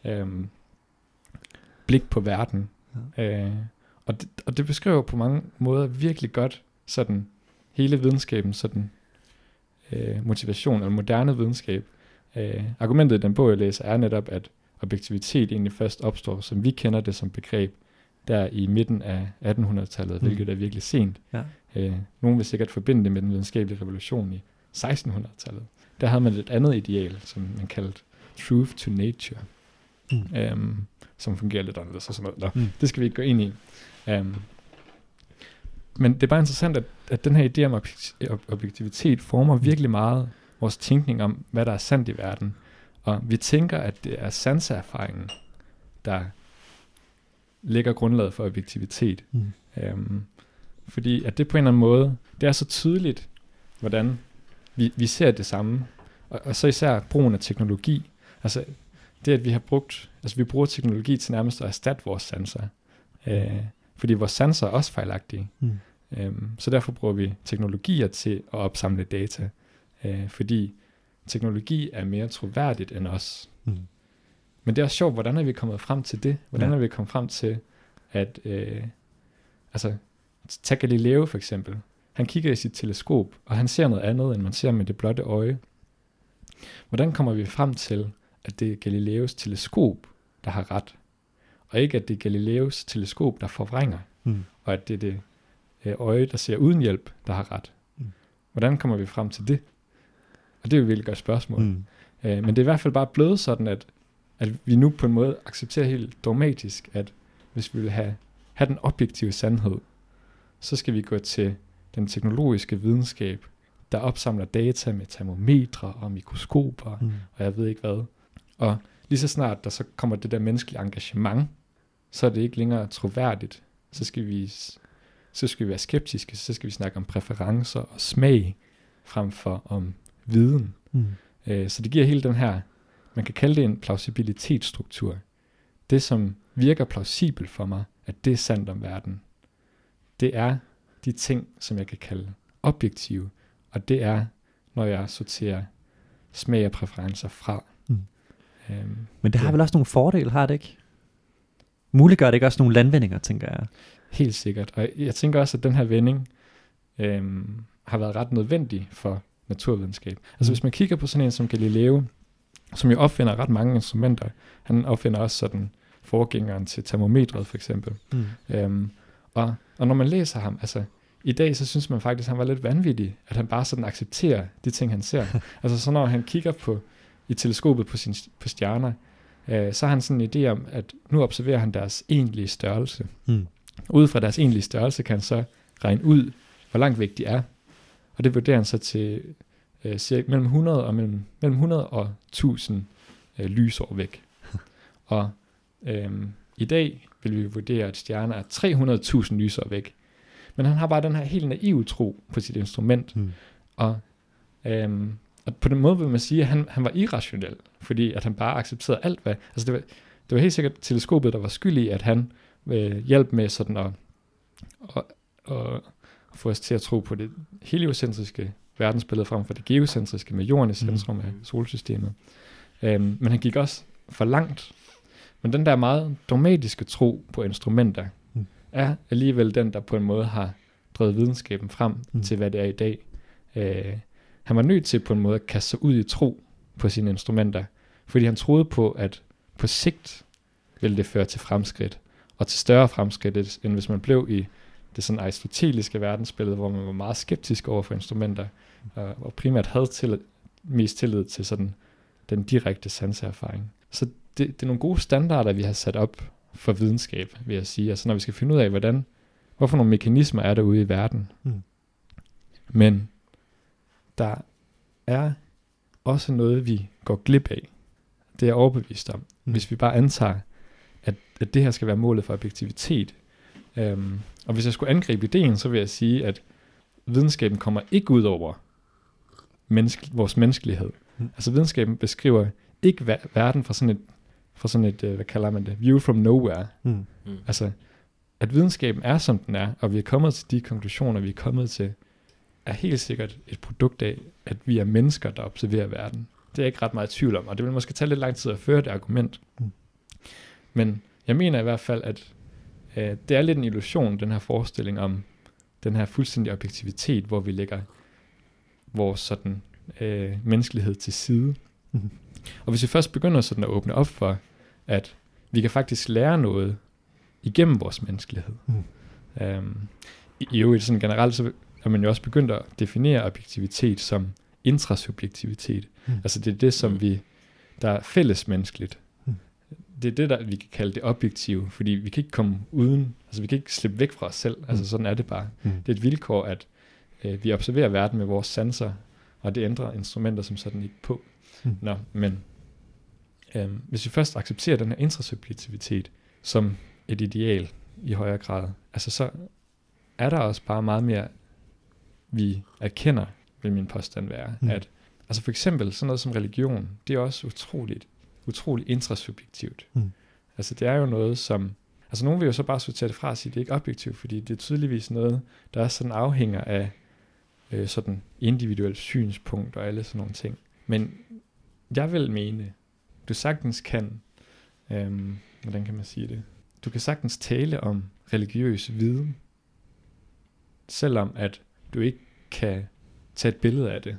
Speaker 4: blik på verden. Ja. Og det beskriver på mange måder virkelig godt sådan hele videnskaben, sådan motivation eller moderne videnskab. Argumentet i den bog, jeg læser, er netop, at objektivitet egentlig først opstår, som vi kender det som begreb, der i midten af 1800-tallet, hvilket er virkelig sent. Ja. Nogen vil sikkert forbinde det med den videnskabelige revolution i 1600-tallet. Der havde man et andet ideal, som man kaldte truth to nature, som fungerer lidt anderledes. Og sådan noget. Det skal vi ikke gå ind i. Men det er bare interessant, at den her idé om objektivitet former virkelig meget vores tænkning om, hvad der er sandt i verden. Og vi tænker, at det er sanseerfaringen, der lægger grundlaget for objektivitet. Fordi at det på en eller anden måde, det er så tydeligt, hvordan vi ser det samme. Og så især brugen af teknologi. Altså det, at vi bruger teknologi til nærmest at erstatte vores sanser. Fordi vores sanser er også fejlagtige. Så derfor bruger vi teknologier til at opsamle data. Fordi teknologi er mere troværdigt end os. Men det er også sjovt, hvordan er vi kommet frem til det? Hvordan er vi kommet frem til, at tag Galileo for eksempel. Han kigger i sit teleskop, og han ser noget andet, end man ser med det blotte øje. Hvordan kommer vi frem til, at det er Galileos teleskop, der har ret, og ikke at det er Galileos teleskop, der forvrænger, og at det er det øje, der ser uden hjælp, der har ret? Hvordan kommer vi frem til det? Og det er jo et virkelig godt spørgsmål. Men det er i hvert fald bare blevet sådan, at vi nu på en måde accepterer helt dogmatisk, at hvis vi vil have den objektive sandhed, så skal vi gå til den teknologiske videnskab, der opsamler data med termometre og mikroskoper, og jeg ved ikke hvad. Og lige så snart der så kommer det der menneskelige engagement, så er det ikke længere troværdigt. Så skal vi være skeptiske, så skal vi snakke om præferencer og smag, frem for om viden. Så det giver hele den her, man kan kalde det en plausibilitetsstruktur. Det, som virker plausibelt for mig, at det er sandt om verden, det er de ting, som jeg kan kalde objektive, og det er, når jeg sorterer smag og præferencer fra.
Speaker 3: Men det har vel også nogle fordele, har det ikke? Muliggør det ikke også nogle landvindinger, tænker jeg?
Speaker 4: Helt sikkert, og jeg tænker også, at den her vending har været ret nødvendig for naturvidenskab. Altså hvis man kigger på sådan en som Galileo, som jo opfinder ret mange instrumenter, han opfinder også sådan forgængeren til termometret for eksempel. Og når man læser ham, altså i dag så synes man faktisk, at han var lidt vanvittig, at han bare sådan accepterer de ting, han ser. Altså så når han kigger i teleskopet på stjerner, så har han sådan en idé om, at nu observerer han deres egentlige størrelse. Ud fra deres egentlige størrelse kan han så regne ud, hvor langt væk de er. Og det vurderer han så til cirka mellem 100 og 1000 lysår væk. Og i dag vil vi vurdere, at stjerner er 300.000 lysår væk. Men han har bare den her helt naive tro på sit instrument. Og på den måde vil man sige, at han var irrationel, fordi at han bare accepterede alt, hvad... Altså det var helt sikkert teleskopet, der var skyld i, at han hjalp med sådan at få os til at tro på det heliocentriske verdensbillede frem for det geocentriske med jorden i centrum af solsystemet. Men han gik også for langt. Men den der meget dogmatiske tro på instrumenter er alligevel den, der på en måde har drevet videnskaben frem til, hvad det er i dag. Han var nødt til på en måde at kaste sig ud i tro på sine instrumenter, fordi han troede på, at på sigt ville det føre til fremskridt, og til større fremskridt, end hvis man blev i det sådan aristoteliske verdensbillede, hvor man var meget skeptisk over for instrumenter, og primært havde mest tillid til sådan den direkte sanseerfaring. Så det er nogle gode standarder, vi har sat op for videnskab, vil jeg sige. Altså når vi skal finde ud af, hvorfor nogle mekanismer er der ude i verden. Men der er også noget, vi går glip af. Det er jeg overbevist om. Hvis vi bare antager, at det her skal være målet for objektivitet. Og hvis jeg skulle angribe ideen, så vil jeg sige, at videnskaben kommer ikke ud over vores menneskelighed. Altså videnskaben beskriver ikke verden fra sådan et, hvad kalder man det, view from nowhere. Altså, at videnskaben er, som den er, og vi er kommet til de konklusioner, vi er kommet til, er helt sikkert et produkt af, at vi er mennesker, der observerer verden. Det er jeg ikke ret meget i tvivl om, og det vil måske tage lidt lang tid at føre det argument. Men jeg mener i hvert fald, at det er lidt en illusion, den her forestilling om den her fuldstændig objektivitet, hvor vi lægger vores sådan menneskelighed til side. Og hvis vi først begynder sådan at åbne op for, at vi kan faktisk lære noget igennem vores menneskelighed. I øvrigt sådan generelt, så er man jo også begyndt at definere objektivitet som intrasubjektivitet. Altså det er det, som der er fællesmenneskeligt. Det er det, der vi kan kalde det objektive, fordi vi kan ikke komme uden, altså vi kan ikke slippe væk fra os selv, altså sådan er det bare. Det er et vilkår, at vi observerer verden med vores sanser, og det ændrer instrumenter som sådan ikke på. Men hvis vi først accepterer den her intrasubjektivitet som et ideal i højere grad, altså så er der også bare meget mere, vi erkender, vil min påstand være, at altså for eksempel sådan noget som religion, det er også utroligt intrasubjektivt. Altså det er jo noget som, altså nogen vil jo så bare sortere det fra og sige, det er ikke objektivt, fordi det er tydeligvis noget, der er sådan afhænger af sådan individuelt synspunkt og alle sådan nogle ting. Men jeg vil mene, du sagtens kan, hvordan kan man sige det? Du kan sagtens tale om religiøs viden, selvom at du ikke kan tage et billede af det.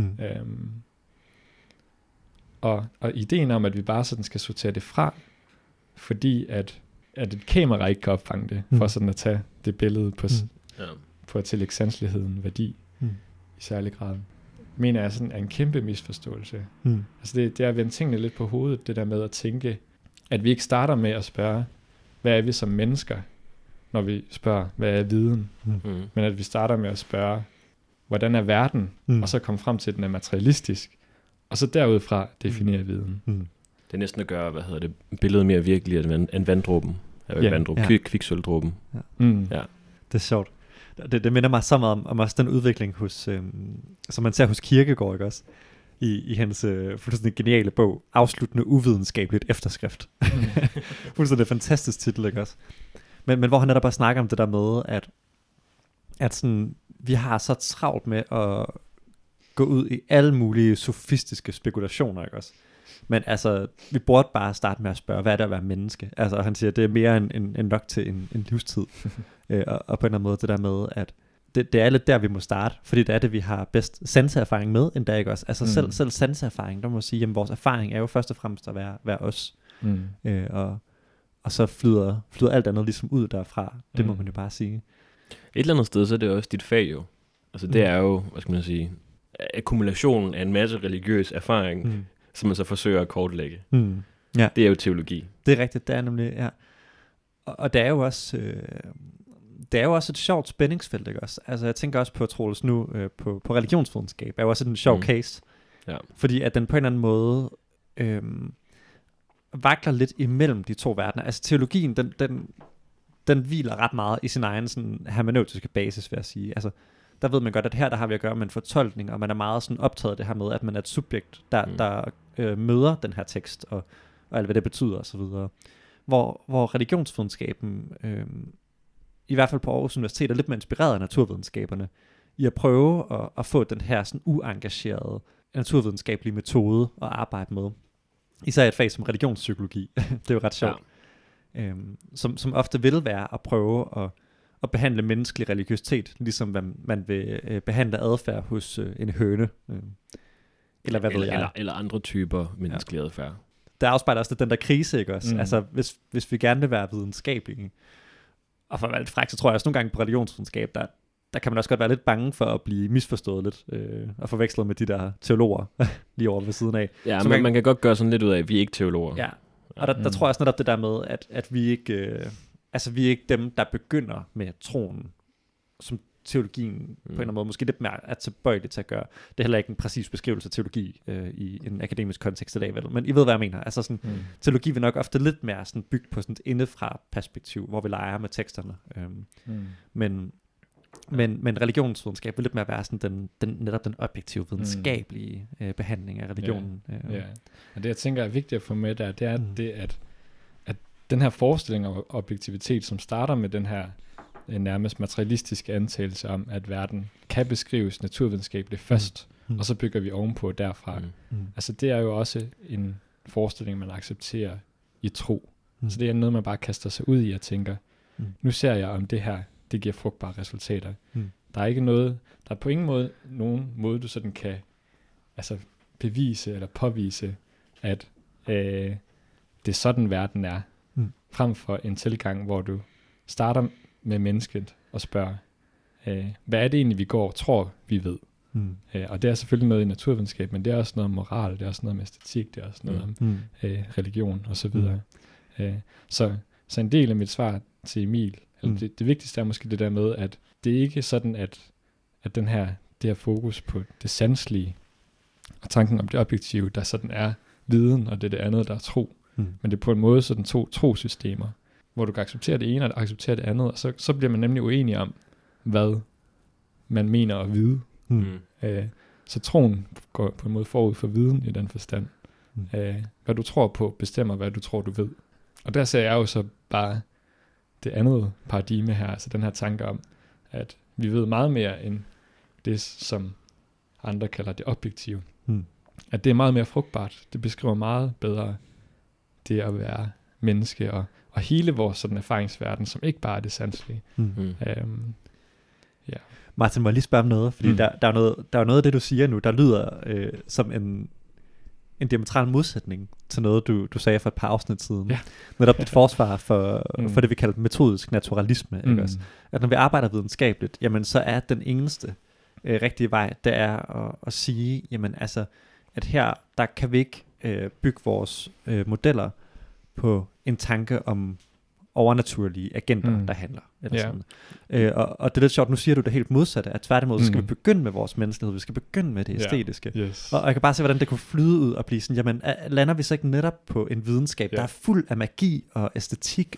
Speaker 4: Og ideen om, at vi bare sådan skal sortere det fra, fordi at et kamera ikke kan opfange det, for sådan at tage det billede på at tillægge sanseligheden værdi i særlig grad, mener jeg sådan er en kæmpe misforståelse. Altså det er at vende tingene lidt på hovedet, det der med at tænke, at vi ikke starter med at spørge, hvad er vi som mennesker, når vi spørger, hvad er viden? Men at vi starter med at spørge, hvordan er verden? Og så komme frem til, at den er materialistisk. Og så derudfra definere viden.
Speaker 2: Det er næsten at gøre, billedet mere virkeligt end vanddråben. Kviksølvdråben.
Speaker 3: Ja. Det er sjovt. Det minder mig så meget om også den udvikling hos, som man ser hos Kierkegaard, ikke også? I hans fuldstændig geniale bog, Afsluttende uvidenskabeligt efterskrift. Fuldstændig fantastisk titel, ikke også? Men hvor han netop bare snakker om det der med, at sådan, vi har så travlt med at gå ud i alle mulige sofistiske spekulationer, ikke også? Men altså, vi burde bare starte med at spørge, hvad er det at være menneske? Altså, han siger, det er mere end nok til en livstid. Og på en eller anden måde, det der med, at det er lidt der, vi må starte, fordi det er det, vi har bedst sanseerfaring med, end der, ikke også? Altså selv sanseerfaring, der må sige, jamen vores erfaring er jo først og fremmest at være os. Og så flyder alt andet ligesom ud derfra. Det må man jo bare sige.
Speaker 2: Et eller andet sted, så er det også dit fag jo. Altså det er jo, hvad skal man sige, akkumulationen af en masse religiøs erfaring, som man så forsøger at kortlægge.
Speaker 3: Ja.
Speaker 2: Det er jo teologi.
Speaker 3: Det er rigtigt, det er nemlig, ja. Og det er jo også... Det er jo også et sjovt spændingsfelt, ikke også? Altså jeg tænker også på, Troels, nu på religionsvidenskab, er jo også en sjov case. Ja. Fordi at den på en eller anden måde vakler lidt imellem de to verdener. Altså teologien, den hviler ret meget i sin egen sådan hermeneutiske basis, vil jeg sige. Altså, der ved man godt, at her der har vi at gøre med en fortolkning, og man er meget sådan optaget af det her med, at man er et subjekt, der møder den her tekst, og alt hvad det betyder, og så videre. Hvor religionsvidenskaben, i hvert fald på Aarhus Universitet, er lidt mere inspireret af naturvidenskaberne, i at prøve at få den her sådan uengagerede naturvidenskabelige metode at arbejde med. Især et fag som religionspsykologi. Det er jo ret sjovt. Ja. Som ofte vil være at prøve at behandle menneskelig religiøsitet, ligesom man vil behandle adfærd hos en høne. Eller hvad ved jeg.
Speaker 2: Eller andre typer menneskelig adfærd.
Speaker 3: Der afspejler også den der krise, ikke også? Altså, hvis vi gerne vil være videnskabelige, og for at være lidt fræk, så tror jeg også nogle gange på religionsvidenskab, der kan man også godt være lidt bange for at blive misforstået lidt, og forvekslet med de der teologer lige over ved siden af.
Speaker 2: Ja, men man kan godt gøre sådan lidt ud af, at vi er ikke teologer.
Speaker 3: Ja, og der tror jeg også netop det der med, at vi ikke, vi er ikke dem, der begynder med troen, som teologien på en eller anden måde måske lidt mere er tilbøjeligt til at gøre. Det er heller ikke en præcis beskrivelse af teologi i en akademisk kontekst i dag, vel? Men I ved, hvad jeg mener. Altså sådan, teologi vil nok ofte lidt mere sådan bygge på sådan et indefra perspektiv, hvor vi leger med teksterne. Men religionsvidenskab vil lidt mere være sådan netop den objektive videnskabelige behandling af religionen.
Speaker 4: Ja. Og det jeg tænker er vigtigt at få med der, det er det, at den her forestilling om objektivitet, som starter med den her nærmest materialistiske antagelse om, at verden kan beskrives naturvidenskabeligt først, og så bygger vi ovenpå derfra. Altså det er jo også en forestilling, man accepterer i tro. Så det er noget, man bare kaster sig ud i og tænker, nu ser jeg om det her, det giver frugtbare resultater. Der er ikke noget, der er på ingen måde nogen måde, du sådan kan bevise eller påvise, at det er sådan verden er, frem for en tilgang, hvor du starter med mennesket og spørger, hvad er det egentlig, vi tror, vi ved? Og det er selvfølgelig noget i naturvidenskab, men det er også noget om moral, det er også noget om æstetik, det er også noget om religion og så videre. Så en del af mit svar til Emil, det vigtigste er måske det der med, at det er ikke sådan, at det her fokus på det sanselige og tanken om det objektive, der sådan er viden, og det er det andet, der er tro. Men det er på en måde sådan to trosystemer, hvor du kan acceptere det ene og acceptere det andet, og så bliver man nemlig uenig om, hvad man mener at vide. Så troen går på en måde forud for viden i den forstand. Hvad du tror på bestemmer, hvad du tror, du ved. Og der ser jeg jo så bare det andet paradigme her, altså den her tanke om, at vi ved meget mere end det, som andre kalder det objektive. At det er meget mere frugtbart. Det beskriver meget bedre det at være menneske og hele vores sådan erfaringsverden, som ikke bare er det sanselige.
Speaker 3: Martin, må jeg lige spørge om noget? Fordi der er noget af det, du siger nu, der lyder som en diametral modsætning til noget, du sagde for et par afsnit siden. Ja. Netop et forsvar for det, vi kalder metodisk naturalisme. Ikke også? At når vi arbejder videnskabeligt, jamen så er den eneste rigtige vej, det er at sige, jamen altså, at her, der kan vi ikke bygge vores modeller på en tanke om overnaturlige agenter, der handler. Eller sådan. Og det er lidt sjovt, nu siger du det helt modsatte, at tværtimod skal vi begynde med vores menneskelighed, vi skal begynde med det æstetiske.
Speaker 4: Yes.
Speaker 3: Og jeg kan bare se, hvordan det kunne flyde ud og blive sådan, jamen lander vi så ikke netop på en videnskab, der er fuld af magi og æstetik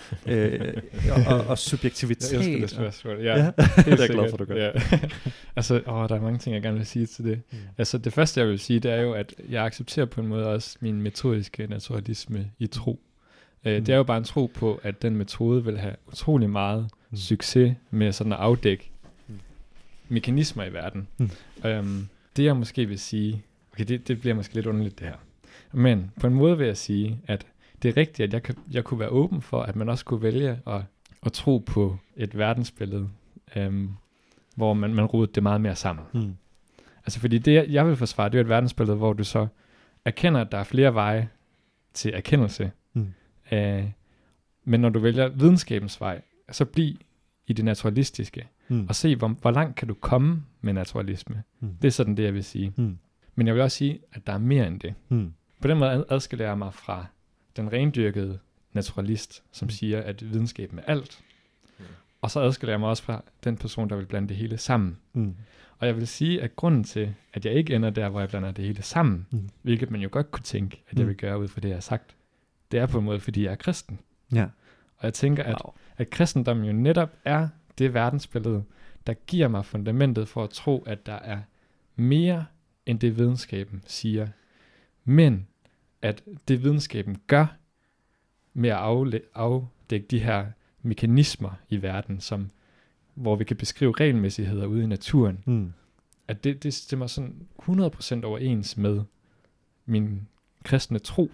Speaker 3: og subjektivitet?
Speaker 4: Jeg elsker det spørgsmål.
Speaker 3: Det er jeg glad for, du gør.
Speaker 4: Ja. Altså, der er mange ting, jeg gerne vil sige til det. Altså, det første, jeg vil sige, det er jo, at jeg accepterer på en måde også min metodiske naturalisme i tro. Det er jo bare en tro på, at den metode vil have utrolig meget succes med sådan at afdække mekanismer i verden. Det jeg måske vil sige, okay, det bliver måske lidt underligt det her, men på en måde vil jeg sige, at det er rigtigt, at jeg kunne være åben for, at man også kunne vælge at tro på et verdensbillede, hvor man rodede det meget mere sammen. Altså fordi det, jeg vil forsvare, det er et verdensbillede, hvor du så erkender, at der er flere veje til erkendelse, men når du vælger videnskabens vej, så bliv i det naturalistiske, og se, hvor langt kan du komme med naturalisme. Det er sådan det, jeg vil sige. Men jeg vil også sige, at der er mere end det. På den måde adskiller jeg mig fra den rendyrkede naturalist, som siger, at videnskaben er alt. Og så adskiller jeg mig også fra den person, der vil blande det hele sammen. Og jeg vil sige, at grunden til, at jeg ikke ender der, hvor jeg blander det hele sammen, hvilket man jo godt kunne tænke, at jeg vil gøre ud fra det, jeg har sagt, det er på en måde, fordi jeg er kristen.
Speaker 3: Ja.
Speaker 4: Og jeg tænker, at kristendommen jo netop er det verdensbillede, der giver mig fundamentet for at tro, at der er mere end det videnskaben siger. Men at det videnskaben gør med at afdække de her mekanismer i verden, hvor vi kan beskrive regelmæssigheder ude i naturen, at det stemmer sådan 100% overens med min kristne tro.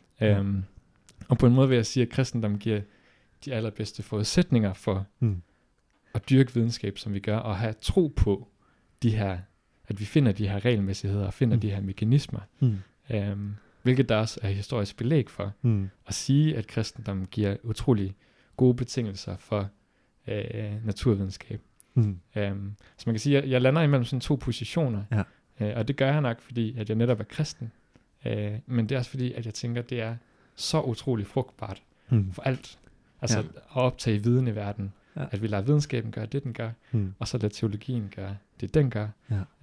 Speaker 4: Og på en måde vil jeg sige, at kristendom giver de allerbedste forudsætninger for at dyrke videnskab, som vi gør, og have tro på at vi finder de her regelmæssigheder og finder de her mekanismer. Hvilket der også er historisk belæg for. At sige, at kristendommen giver utrolig gode betingelser for naturvidenskab. Så man kan sige, at jeg lander imellem sådan 2 positioner. Og det gør jeg nok, fordi at jeg netop er kristen. Men det er også fordi, at jeg tænker, at det er så utrolig frugtbart for alt. Altså at optage viden i verden. At vi lader videnskaben gøre det, den gør. Og så lader teologien gøre det, den gør.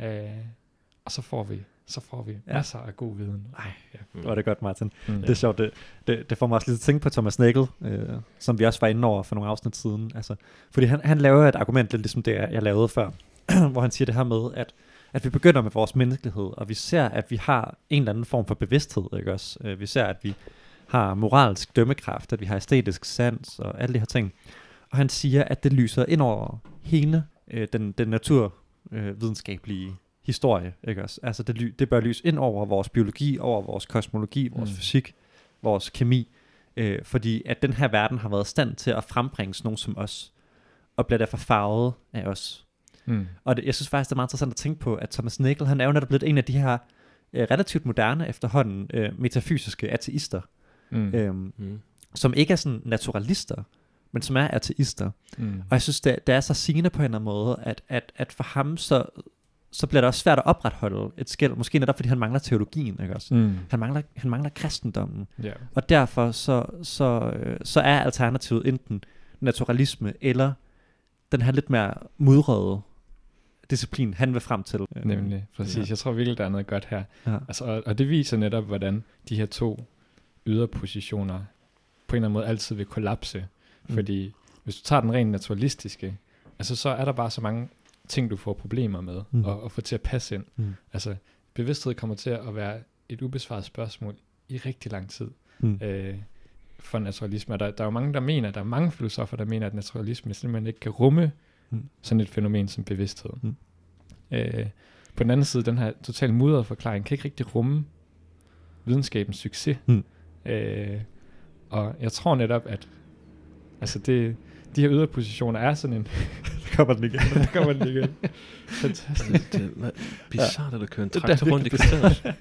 Speaker 4: Og så får vi masser af god viden.
Speaker 3: Det var det godt, Martin. Det er sjovt. Det får mig også lidt at tænke på Thomas Nagel, som vi også var inde over for nogle afsnit siden. Altså, fordi han laver et argument lidt ligesom det, jeg lavede før, hvor han siger det her med, at vi begynder med vores menneskelighed, og vi ser, at vi har en eller anden form for bevidsthed. Ikke også? Vi ser, at vi har moralsk dømmekraft, at vi har æstetisk sans og alle de her ting. Og han siger, at det lyser ind over hele den naturvidenskabelige historie, ikke også? Altså det bør lyse ind over vores biologi, over vores kosmologi, vores fysik, vores kemi, fordi at den her verden har været i stand til at frembringe sådan nogen som os, og bliver derfor farvet af os. Og jeg synes faktisk, det er meget interessant at tænke på, at Thomas Nagel, han er jo netop blevet en af de her relativt moderne efterhånden metafysiske ateister, som ikke er sådan naturalister, men som er ateister. Og jeg synes, det er så sigende på en eller anden måde, at for ham så bliver det også svært at opretholde et skel, måske netop fordi han mangler teologien, ikke også? Han mangler kristendommen. Og derfor så er alternativet enten naturalisme, eller den her lidt mere mudrede disciplin, han vil frem til.
Speaker 4: Nemlig, præcis. Jeg tror virkelig, der er noget godt her. Altså, og det viser netop, hvordan de her 2 yderpositioner på en eller anden måde altid vil kollapse. Fordi hvis du tager den rent naturalistiske, altså så er der bare så mange ting, du får problemer med og få til at passe ind. Altså, bevidsthed kommer til at være et ubesvaret spørgsmål i rigtig lang tid for naturalisme. Der er jo mange, der er mange filosofer, der mener, at naturalisme simpelthen ikke kan rumme sådan et fænomen som bevidsthed. På den anden side, den her totalt mudrede forklaring kan ikke rigtig rumme videnskabens succes. Og jeg tror netop, at altså de her yderpositioner er sådan en...
Speaker 3: Der kommer den igen.
Speaker 4: Fantastisk.
Speaker 2: Det er bizarrt, at der kører en traktor rundt i kvarteret.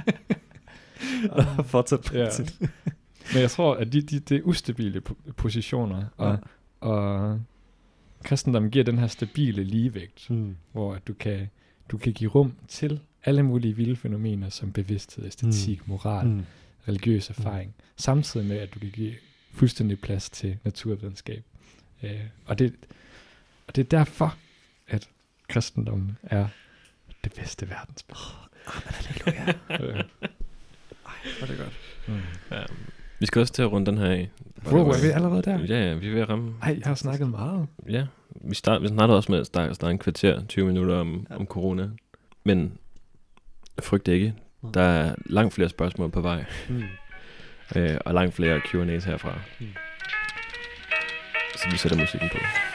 Speaker 3: Fortsæt.
Speaker 4: Men jeg tror, at det er ustabile positioner, og kristendommen giver den her stabile ligevægt, hvor du kan give rum til alle mulige vilde fænomener, som bevidsthed, æstetik, moral, religiøs erfaring, samtidig med, at du kan give fuldstændig plads til naturvidenskab. Og det er derfor, at kristendommen er det bedste verdensbillede.
Speaker 3: Halleluja. Hvor er det godt.
Speaker 2: Vi skal også til at runde den her af.
Speaker 4: Er vi allerede der?
Speaker 2: Ja, vi er ved at ramme.
Speaker 4: Ej, jeg har snakket meget.
Speaker 2: Ja, vi snakkede også med at starte en kvarter, 20 minutter om corona. Men frygt ikke. Der er langt flere spørgsmål på vej. Og langt flere Q&A's herfra. Så vi sætter musikken på.